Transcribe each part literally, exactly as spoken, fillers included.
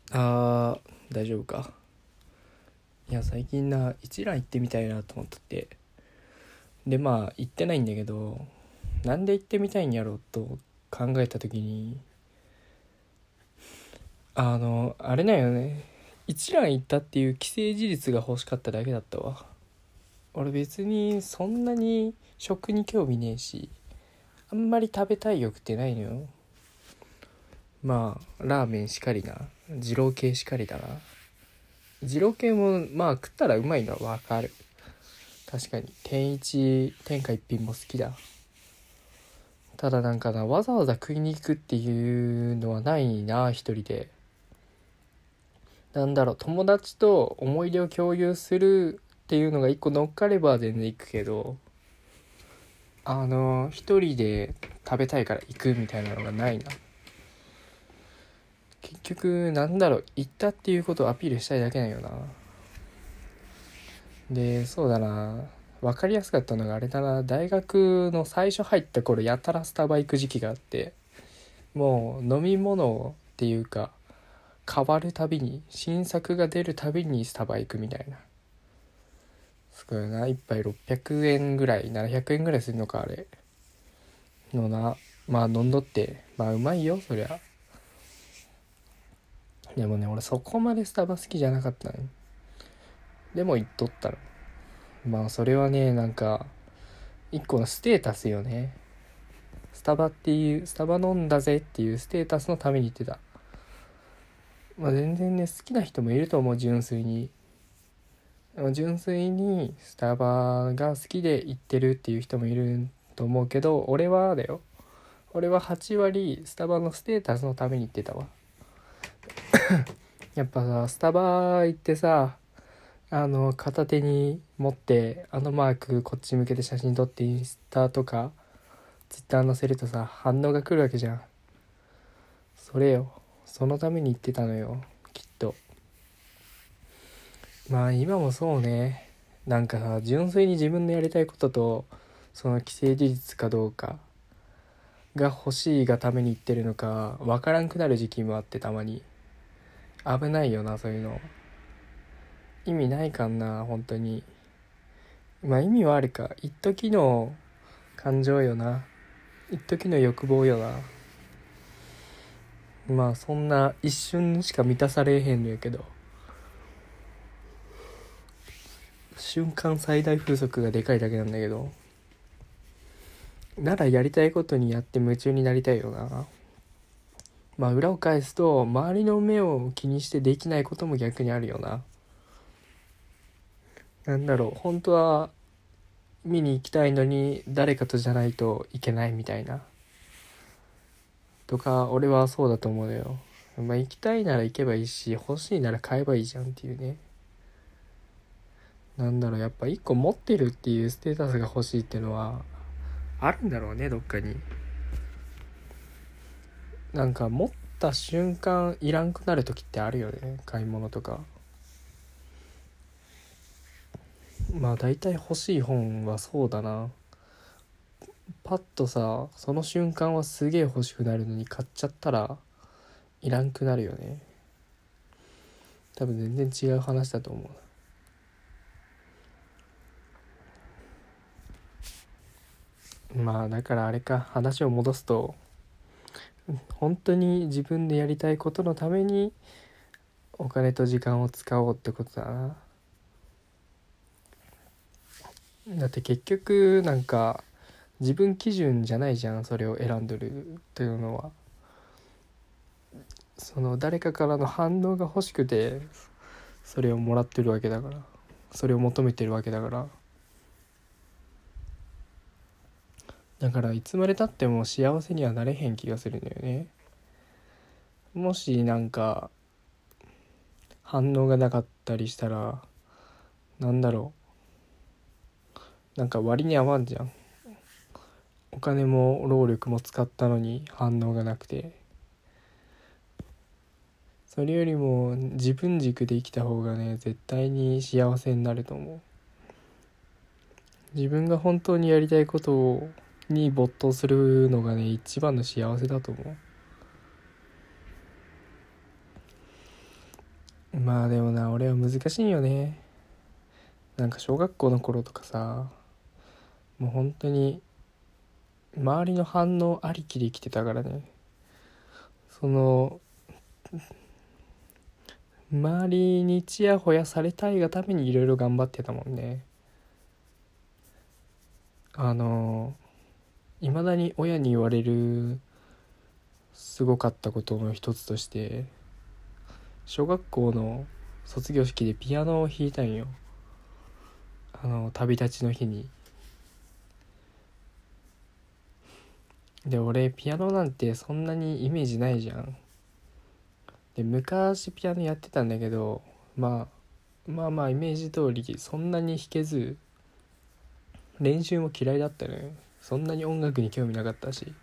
あー大丈夫か。いや最近な一蘭行ってみたいなと思ってて、でまあ行ってないんだけど、なんで行ってみたいんやろうと考えた時に、あのあれだよね、一蘭行ったっていう既成事実が欲しかっただけだったわ。俺別にそんなに食に興味ねえし、あんまり食べたい欲ってないのよ。まあラーメンしかりな、二郎系しかりだな。二郎系もまあ食ったらうまいのはわかる。確かに天一天下一品も好きだ。ただなんかな、わざわざ食いに行くっていうのはないな、一人で。なんだろう、友達と思い出を共有するっていうのが一個乗っかれば全然行くけど、あの一人で食べたいから行くみたいなのがないな。結局なんだろう、行ったっていうことをアピールしたいだけなんよな。でそうだな、分かりやすかったのがあれだな、大学の最初入った頃やたらスタバ行く時期があって、もう飲み物っていうか変わるたびに、新作が出るたびにスタバ行くみたいな。すごいな、一杯ろっぴゃくえんぐらい、ななひゃくえんぐらいするのかあれのな。まあ飲んどって、まあうまいよそりゃ。でもね、俺そこまでスタバ好きじゃなかったの。でも行っとったの。まあそれはね、なんか一個のステータスよね。スタバっていう、スタバ飲んだぜっていうステータスのために行ってた。まあ全然ね、好きな人もいると思う、純粋に。純粋にスタバが好きで行ってるっていう人もいると思うけど、俺はだよ、俺ははち割スタバのステータスのために行ってたわ。やっぱさ、スタバ行ってさ、あの片手に持ってあのマークこっち向けて写真撮ってインスタとかツイッター載せるとさ、反応が来るわけじゃん。それよ、そのために行ってたのよ、きっと。まあ今もそうね。なんかさ、純粋に自分のやりたいこととその既成事実かどうかが欲しいがために言ってるのかわからんくなる時期もあって、たまに危ないよな、そういうの。意味ないかんな本当に。まあ意味はあるか、一時の感情よな、一時の欲望よな。まあそんな一瞬しか満たされへんのやけど、瞬間最大風速がでかいだけなんだけど、ならやりたいことにやって夢中になりたいよな。まあ裏を返すと、周りの目を気にしてできないことも逆にあるよな。なんだろう、本当は見に行きたいのに誰かとじゃないといけないみたいなとか、俺はそうだと思うよ。まあ行きたいなら行けばいいし、欲しいなら買えばいいじゃんっていうね。なんだろう、やっぱ一個持ってるっていうステータスが欲しいっていうのはあるんだろうね、どっかに。なんか持った瞬間いらんくなる時ってあるよね、買い物とか。まあ大体欲しい本はそうだな、パッとさ、その瞬間はすげえ欲しくなるのに買っちゃったらいらんくなるよね。多分全然違う話だと思う。まあだからあれか、話を戻すと、本当に自分でやりたいことのためにお金と時間を使おうってことだな。だって結局なんか自分基準じゃないじゃん、それを選んでるっていうのは。その誰かからの反応が欲しくてそれをもらってるわけだから、それを求めてるわけだから。だからいつまでたっても幸せにはなれへん気がするんだよね。もしなんか反応がなかったりしたら、なんだろう、なんか割に合わんじゃん。お金も労力も使ったのに反応がなくて、それよりも自分軸で生きた方がね、絶対に幸せになると思う。自分が本当にやりたいことに没頭するのがね、一番の幸せだと思う。 まあでもな、俺は難しいよね。なんか小学校の頃とかさ、もう本当に周りの反応ありきで生きてたからね。その周りにちやほやされたいがためにいろいろ頑張ってたもんね。あのいまだに親に言われるすごかったことの一つとして、小学校の卒業式でピアノを弾いたんよ。あの旅立ちの日に。で俺ピアノなんてそんなにイメージないじゃん。で昔ピアノやってたんだけど、まあまあまあイメージ通りそんなに弾けず、練習も嫌いだったね。そんなに音楽に興味なかったし。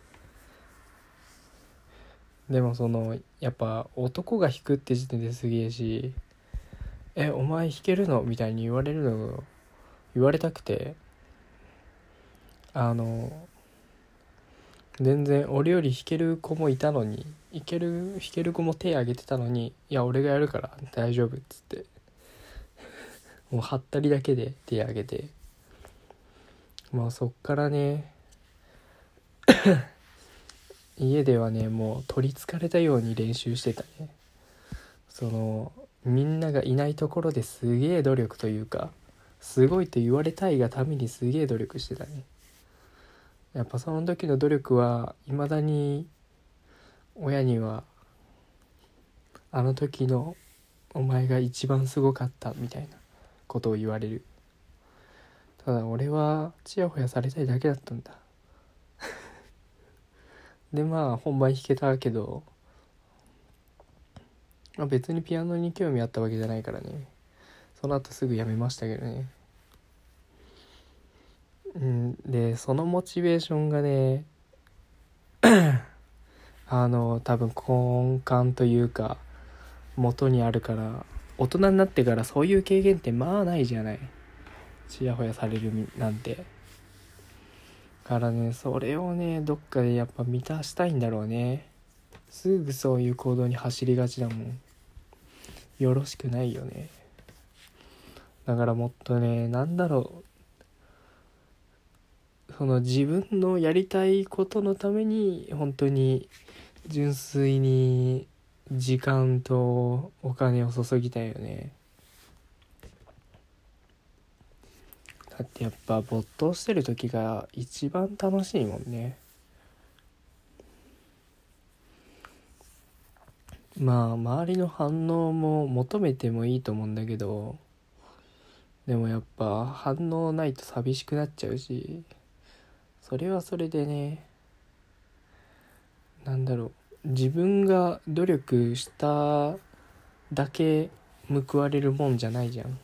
でもそのやっぱ男が弾くって時点ですげえし、えお前弾けるのみたいに言われるの言われたくて、あの全然俺より弾ける子もいたのに、いける弾ける子も手挙げてたのに、いや俺がやるから大丈夫っつって、もうはったりだけで手挙げて、まあそっからね家ではねもう取りつかれたように練習してたね。そのみんながいないところですげえ努力というか、すごいと言われたいがためにすげえ努力してたね。やっぱその時の努力は未だに親にはあの時のお前が一番すごかったみたいなことを言われる。ただ俺はちやほやされたいだけだったんだ。でまあ本番弾けたけど、まあ、別にピアノに興味あったわけじゃないからね。その後すぐやめましたけどね。うん、でそのモチベーションがねあの多分根幹というか元にあるから、大人になってからそういう経験ってまあないじゃない、ちやほやされるなんて。からねそれをねどっかでやっぱ満たしたいんだろうね。すぐそういう行動に走りがちだもん。よろしくないよね。だからもっとね、なんだろう、その自分のやりたいことのために本当に純粋に時間とお金を注ぎたいよね。だってやっぱ没頭してる時が一番楽しいもんね。まあ周りの反応も求めてもいいと思うんだけど、でもやっぱ反応ないと寂しくなっちゃうし、それはそれでね、なんだろう、自分が努力しただけ報われるもんじゃないじゃん。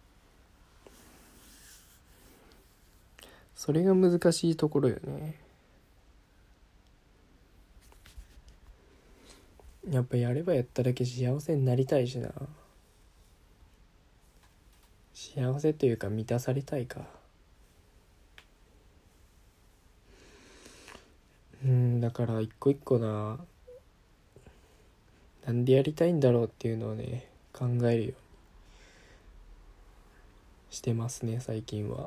それが難しいところよね。やっぱやればやっただけ幸せになりたいしな。幸せというか満たされたいか。うんだから一個一個な、なんでやりたいんだろうっていうのをね考えるようにしてますね最近は。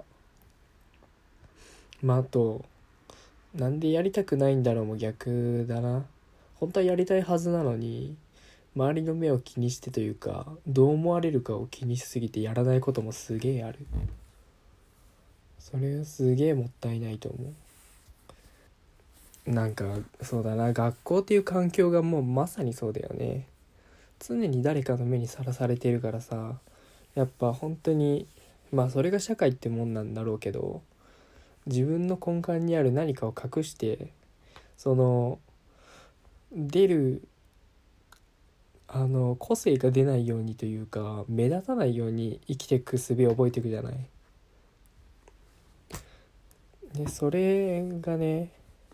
まああと、なんでやりたくないんだろうも逆だな。本当はやりたいはずなのに周りの目を気にしてというか、どう思われるかを気にしすぎてやらないこともすげえある。それはすげえもったいないと思う。なんかそうだな、学校っていう環境がもうまさにそうだよね。常に誰かの目にさらされてるからさ、やっぱ本当に、まあそれが社会ってもんなんだろうけど、自分の根幹にある何かを隠して、その出るあの個性が出ないようにというか目立たないように生きていく術を覚えていくじゃない。でそれがね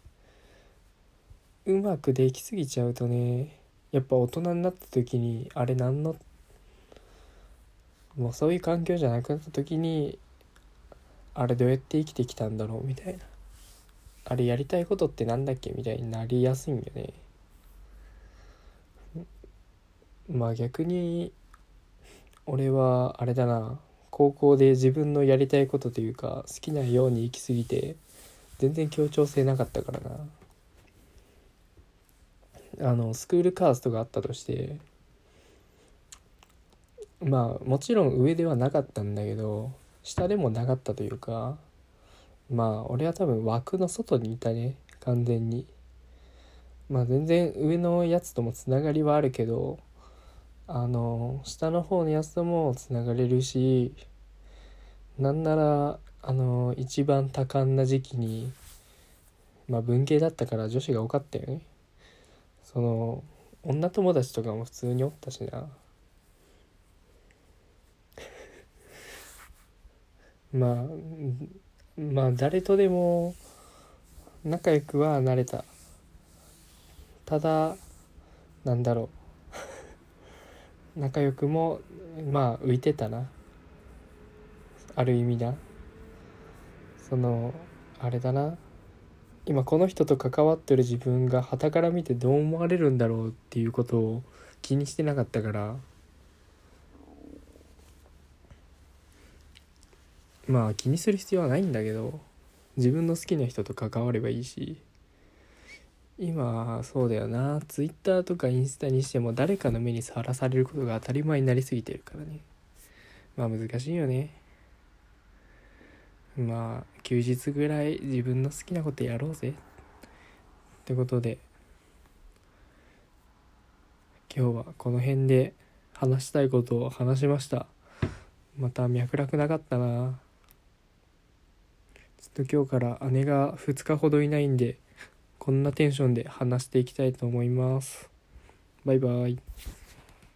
うまくできすぎちゃうとね、やっぱ大人になった時にあれなんのもうそういう環境じゃなくなった時に、あれどうやって生きてきたんだろうみたいな、あれやりたいことってなんだっけみたいになりやすいんよね。 まあ逆に俺はあれだな、高校で自分のやりたいことというか好きなように行き過ぎて全然協調性なかったからな。あのスクールカーストがあったとして、まあもちろん上ではなかったんだけど下でもなかったというか、まあ俺は多分枠の外にいたね、完全に。まあ全然上のやつともつながりはあるけど、あの下の方のやつともつながれるし、なんならあの一番多感な時期に、まあ文系だったから女子が多かったよね。その女友達とかも普通におったしな。まあまあ誰とでも仲良くはなれた。ただなんだろう、仲良くもまあ浮いてたな、ある意味な。そのあれだな、今この人と関わってる自分が傍から見てどう思われるんだろうっていうことを気にしてなかったから、まあ気にする必要はないんだけど、自分の好きな人と関わればいいし。今そうだよな、ツイッターとかインスタにしても誰かの目にさらされることが当たり前になりすぎてるからね。まあ難しいよね。まあ休日ぐらい自分の好きなことやろうぜってことで、今日はこの辺で話したいことを話しました。また脈絡なかったな。ちょっと今日から姉がふつかほどいないんで、こんなテンションで話していきたいと思います。バイバイ。